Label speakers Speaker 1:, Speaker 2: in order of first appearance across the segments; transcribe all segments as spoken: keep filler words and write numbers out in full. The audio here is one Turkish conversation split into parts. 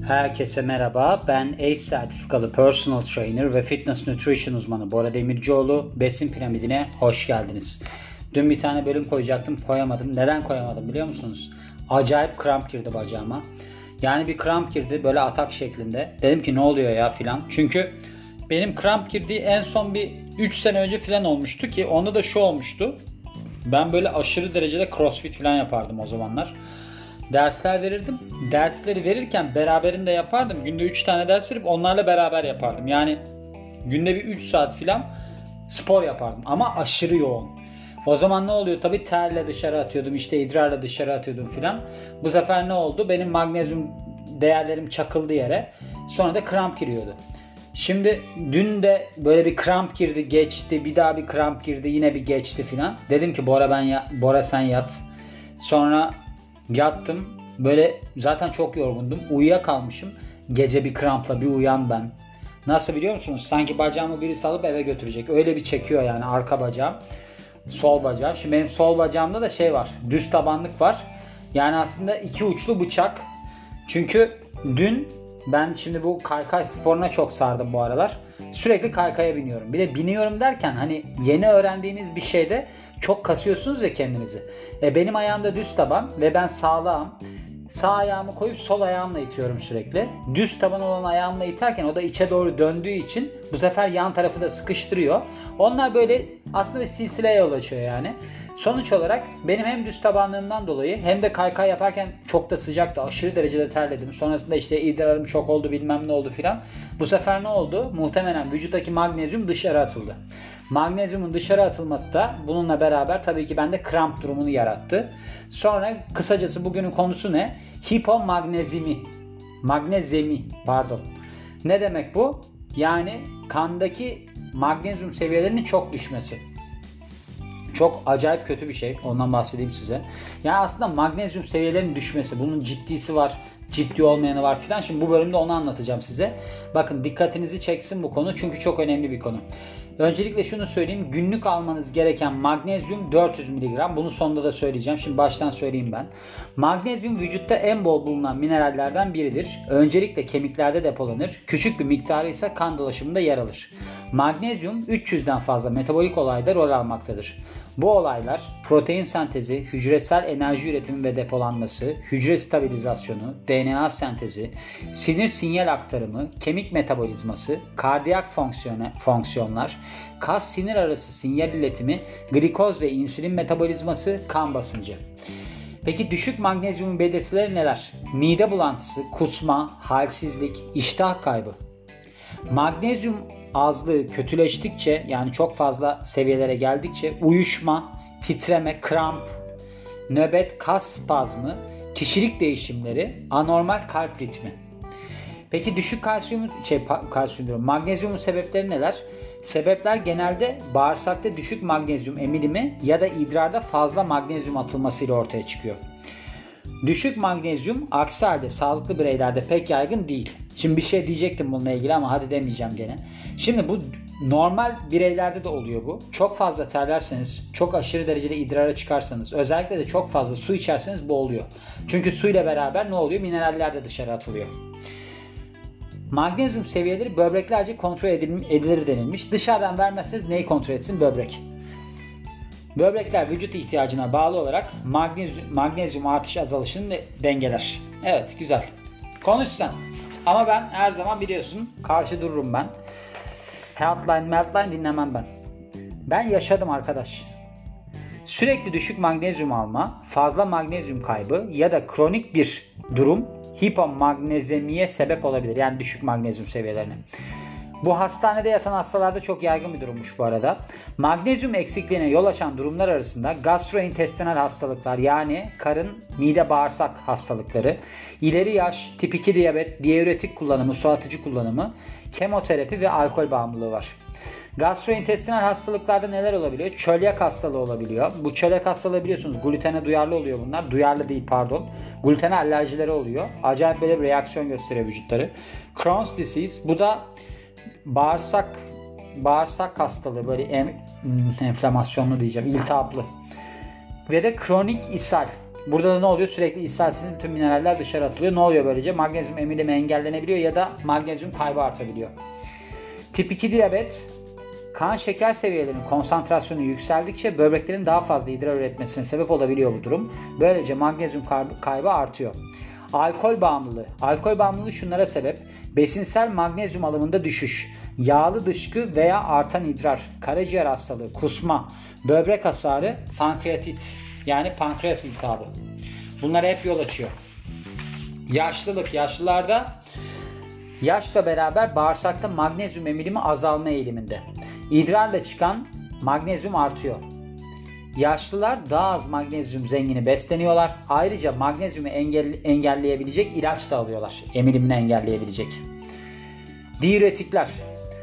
Speaker 1: Herkese merhaba. Ben A C E sertifikalı personal trainer ve fitness nutrition uzmanı Bora Demircioğlu. Besin piramidine hoş geldiniz. Dün bir tane bölüm koyacaktım, koyamadım. Neden koyamadım biliyor musunuz? Acayip kramp girdi bacağıma. Yani bir kramp girdi böyle atak şeklinde. Dedim ki ne oluyor ya filan. Çünkü benim kramp girdiği en son bir üç sene önce filan olmuştu ki onda da şu olmuştu. Ben böyle aşırı derecede crossfit filan yapardım o zamanlar. Dersler verirdim. Dersleri verirken beraberinde yapardım. Günde üç tane ders verip onlarla beraber yapardım. Yani günde bir üç saat filan spor yapardım. Ama aşırı yoğun. O zaman ne oluyor? Tabii terle dışarı atıyordum. İşte idrarla dışarı atıyordum filan. Bu sefer ne oldu? Benim magnezyum değerlerim çakıldı yere. Sonra da kramp giriyordu. Şimdi dün de böyle bir kramp girdi, geçti. Bir daha bir kramp girdi, yine bir geçti filan. Dedim ki Bora ben ya Bora sen yat. Sonra yattım. Böyle zaten çok yorgundum. Uyuyakalmışım. Gece bir krampla bir uyan ben. Nasıl biliyor musunuz? Sanki bacağımı birisi alıp eve götürecek. Öyle bir çekiyor yani arka bacağım. Sol bacağım. Şimdi benim sol bacağımda da şey var. Düz tabanlık var. Yani aslında iki uçlu bıçak. Çünkü dün ben şimdi bu kaykay sporuna çok sardım bu aralar. Sürekli kaykaya biniyorum. Bir de biniyorum derken hani yeni öğrendiğiniz bir şeyde çok kasıyorsunuz ya kendinizi. E benim ayağımda düz taban ve ben sağlağım. Sağ ayağımı koyup sol ayağımla itiyorum sürekli. Düz taban olan ayağımla iterken o da içe doğru döndüğü için bu sefer yan tarafı da sıkıştırıyor. Onlar böyle aslında bir silsileye yol açıyor yani. Sonuç olarak benim hem düz tabanlığımdan dolayı hem de kaykay yaparken çok da sıcaktı. Aşırı derecede terledim. Sonrasında işte idrarım çok oldu bilmem ne oldu filan. Bu sefer ne oldu? Muhtemelen vücuttaki magnezyum dışarı atıldı. Magnezyumun dışarı atılması da bununla beraber tabii ki bende kramp durumunu yarattı. Sonra kısacası bugünün konusu ne? Hipomagnezemi. Magnezemi pardon. Ne demek bu? Yani kandaki magnezyum seviyelerinin çok düşmesi. Çok acayip kötü bir şey. Ondan bahsedeyim size. Yani aslında magnezyum seviyelerinin düşmesi. Bunun ciddisi var. Ciddi olmayanı var filan. Şimdi bu bölümde onu anlatacağım size. Bakın dikkatinizi çeksin bu konu. Çünkü çok önemli bir konu. Öncelikle şunu söyleyeyim. Günlük almanız gereken magnezyum dört yüz miligram. Bunu sonunda da söyleyeceğim. Şimdi baştan söyleyeyim ben. Magnezyum vücutta en bol bulunan minerallerden biridir. Öncelikle kemiklerde depolanır. Küçük bir miktarı ise kan dolaşımında yer alır. Magnezyum üç yüzden fazla metabolik olayda rol almaktadır. Bu olaylar protein sentezi, hücresel enerji üretimi ve depolanması, hücre stabilizasyonu, D N A sentezi, sinir sinyal aktarımı, kemik metabolizması, kardiyak fonksiyonlar, kas sinir arası sinyal iletimi, glikoz ve insülin metabolizması, kan basıncı. Peki düşük magnezyumun belirtileri neler? Mide bulantısı, kusma, halsizlik, iştah kaybı. Magnezyum azlığı kötüleştikçe yani çok fazla seviyelere geldikçe uyuşma, titreme, kramp, nöbet, kas spazmı, kişilik değişimleri, anormal kalp ritmi. Peki düşük kalsiyum, şey, kalsiyum diyorum, magnezyumun sebepleri neler? Sebepler genelde bağırsakta düşük magnezyum emilimi ya da idrarda fazla magnezyum atılmasıyla ortaya çıkıyor. Düşük magnezyum aksi halde sağlıklı bireylerde pek yaygın değil. Şimdi bir şey diyecektim bununla ilgili ama hadi demeyeceğim gene. Şimdi bu normal bireylerde de oluyor bu. Çok fazla terlerseniz, çok aşırı derecede idrara çıkarsanız, özellikle de çok fazla su içerseniz bu oluyor. Çünkü suyla beraber ne oluyor? Mineraller de dışarı atılıyor. Magnezyum seviyeleri böbreklerce kontrol edilir denilmiş. Dışarıdan vermezseniz neyi kontrol etsin? Böbrek. Böbrekler vücut ihtiyacına bağlı olarak magnezyum, magnezyum artış azalışını dengeler. Evet, güzel. Konuş sen. Ama ben her zaman biliyorsun karşı dururum ben. Healthline, Meltline dinlemem ben. Ben yaşadım arkadaş. Sürekli düşük magnezyum alma, fazla magnezyum kaybı ya da kronik bir durum hipomagnezemiye sebep olabilir. Yani düşük magnezyum seviyelerine. Bu hastanede yatan hastalarda çok yaygın bir durummuş bu arada. Magnezyum eksikliğine yol açan durumlar arasında gastrointestinal hastalıklar yani karın, mide, bağırsak hastalıkları, ileri yaş, tip iki diyabet, diüretik kullanımı, su atıcı kullanımı, kemoterapi ve alkol bağımlılığı var. Gastrointestinal hastalıklarda neler olabiliyor? Çölyak hastalığı olabiliyor. Bu çölyak hastalığı biliyorsunuz glutene duyarlı oluyor bunlar. Duyarlı değil pardon. Glutene alerjileri oluyor. Acayip böyle bir reaksiyon gösteriyor vücutları. Crohn's disease bu da bağırsak bağırsak hastalığı böyle em, enflamasyonlu diyeceğim, iltihaplı. Ve de kronik ishal. Burada da ne oluyor? Sürekli ishalsizin bütün mineraller dışarı atılıyor. Ne oluyor böylece? Magnezyum emilimi engellenebiliyor ya da magnezyum kaybı artabiliyor. Tip iki diyabet, kan şeker seviyelerinin konsantrasyonu yükseldikçe böbreklerin daha fazla idrar üretmesine sebep olabiliyor bu durum. Böylece magnezyum kaybı artıyor. Alkol bağımlılığı. Alkol bağımlılığı şunlara sebep: besinsel magnezyum alımında düşüş, yağlı dışkı veya artan idrar, karaciğer hastalığı, kusma, böbrek hasarı, pankreatit yani pankreas iltihabı. Bunlara hep yol açıyor. Yaşlılık. Yaşlılarda yaşla beraber bağırsakta magnezyum emilimi azalma eğiliminde. İdrarla çıkan magnezyum artıyor. Yaşlılar daha az magnezyum zengini besleniyorlar. Ayrıca magnezyumu engel, engelleyebilecek ilaç da alıyorlar. Emilimini engelleyebilecek. Diüretikler.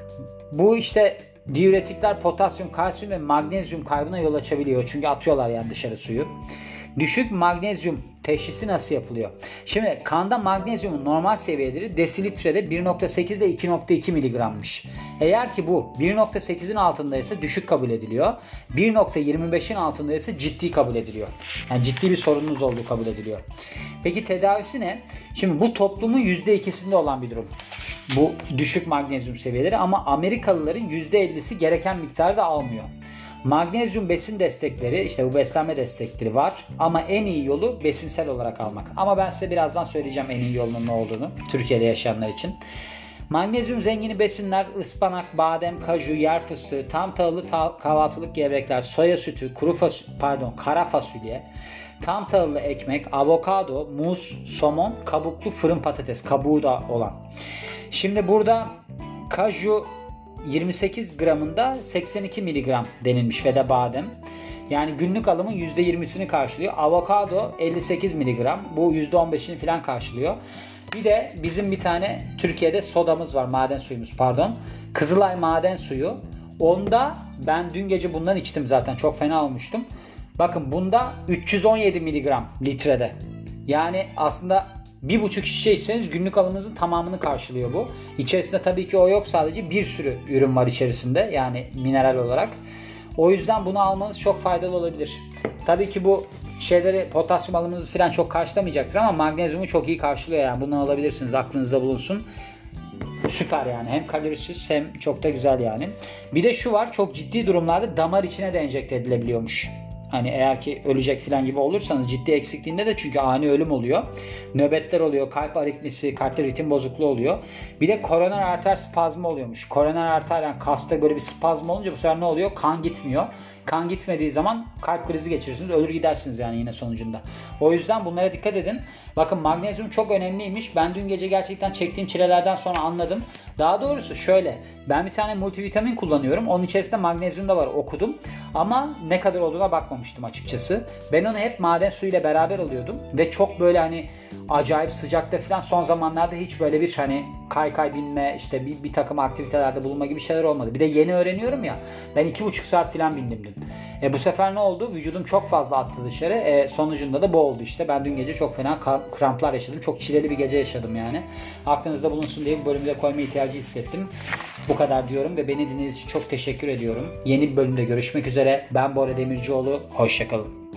Speaker 1: Bu işte diüretikler potasyum, kalsiyum ve magnezyum kaybına yol açabiliyor. Çünkü atıyorlar yani dışarı suyu. Düşük magnezyum teşhisi nasıl yapılıyor? Şimdi kanda magnezyumun normal seviyeleri desilitrede bir nokta sekiz ile iki nokta iki miligrammış. Eğer ki bu bir nokta sekizin altındaysa düşük kabul ediliyor. bir nokta yirmi beşin altındaysa ciddi kabul ediliyor. Yani ciddi bir sorununuz olduğu kabul ediliyor. Peki tedavisi ne? Şimdi bu toplumun yüzde ikisinde olan bir durum. Bu düşük magnezyum seviyeleri, ama Amerikalıların yüzde ellisi gereken miktarda almıyor. Magnezyum besin destekleri, işte bu beslenme destekleri var ama en iyi yolu besinsel olarak almak. Ama ben size birazdan söyleyeceğim en iyi yolunun ne olduğunu Türkiye'de yaşayanlar için. Magnezyum zengini besinler: ıspanak, badem, kaju, yer fıstığı, tam tahıllı ta- kahvaltılık gevrekler, soya sütü, kuru fas- pardon kara fasulye, tam tahıllı ekmek, avokado, muz, somon, kabuklu fırın patates, kabuğu da olan. Şimdi burada kaju yirmi sekiz gramında seksen iki miligram denilmiş ve de badem. Yani günlük alımın yüzde yirmisini karşılıyor. Avokado elli sekiz miligram. Bu yüzde on beşini falan karşılıyor. Bir de bizim bir tane Türkiye'de sodamız var. Maden suyumuz pardon. Kızılay maden suyu. Onda ben dün gece bundan içtim zaten. Çok fena olmuştum. Bakın bunda üç yüz on yedi miligram litrede. Yani aslında bir buçuk şişe içseniz günlük alımınızın tamamını karşılıyor bu. İçerisinde tabii ki o yok, sadece bir sürü ürün var içerisinde, yani mineral olarak. O yüzden bunu almanız çok faydalı olabilir. Tabii ki bu şeyleri, potasyum alımınızı falan çok karşılamayacaktır ama magnezyumu çok iyi karşılıyor, yani bundan alabilirsiniz, aklınızda bulunsun. Süper yani, hem kalorisiz hem çok da güzel yani. Bir de şu var, çok ciddi durumlarda damar içine de enjekte edilebiliyormuş. Hani eğer ki ölecek falan gibi olursanız, ciddi eksikliğinde de çünkü ani ölüm oluyor. Nöbetler oluyor, kalp aritmisi, kalpte ritim bozukluğu oluyor. Bir de koroner arter spazmı oluyormuş. Koroner arter, yani kasta böyle bir spazm olunca bu sefer ne oluyor? Kan gitmiyor. Kan gitmediği zaman kalp krizi geçirirsiniz, ölür gidersiniz yani yine sonucunda. O yüzden bunlara dikkat edin. Bakın magnezyum çok önemliymiş. Ben dün gece gerçekten çektiğim çilelerden sonra anladım. Daha doğrusu şöyle, ben bir tane multivitamin kullanıyorum. Onun içerisinde magnezyum da var, okudum. Ama ne kadar olduğuna bakmamıştım açıkçası. Ben onu hep maden suyuyla beraber alıyordum. Ve çok böyle hani acayip sıcakta falan, son zamanlarda hiç böyle bir hani kay kay binme, işte bir, bir takım aktivitelerde bulunma gibi şeyler olmadı. Bir de yeni öğreniyorum ya. Ben iki buçuk saat falan bindim dün. E bu sefer ne oldu? Vücudum çok fazla attı dışarı. E sonucunda da bu oldu işte. Ben dün gece çok fena kramplar yaşadım. Çok çileli bir gece yaşadım yani. Aklınızda bulunsun diye bu bölümde koyma ihtiyacı hissettim. Bu kadar diyorum ve beni dinlediğiniz için çok teşekkür ediyorum. Yeni bir bölümde görüşmek üzere. Ben Bora Demircioğlu. Hoşçakalın.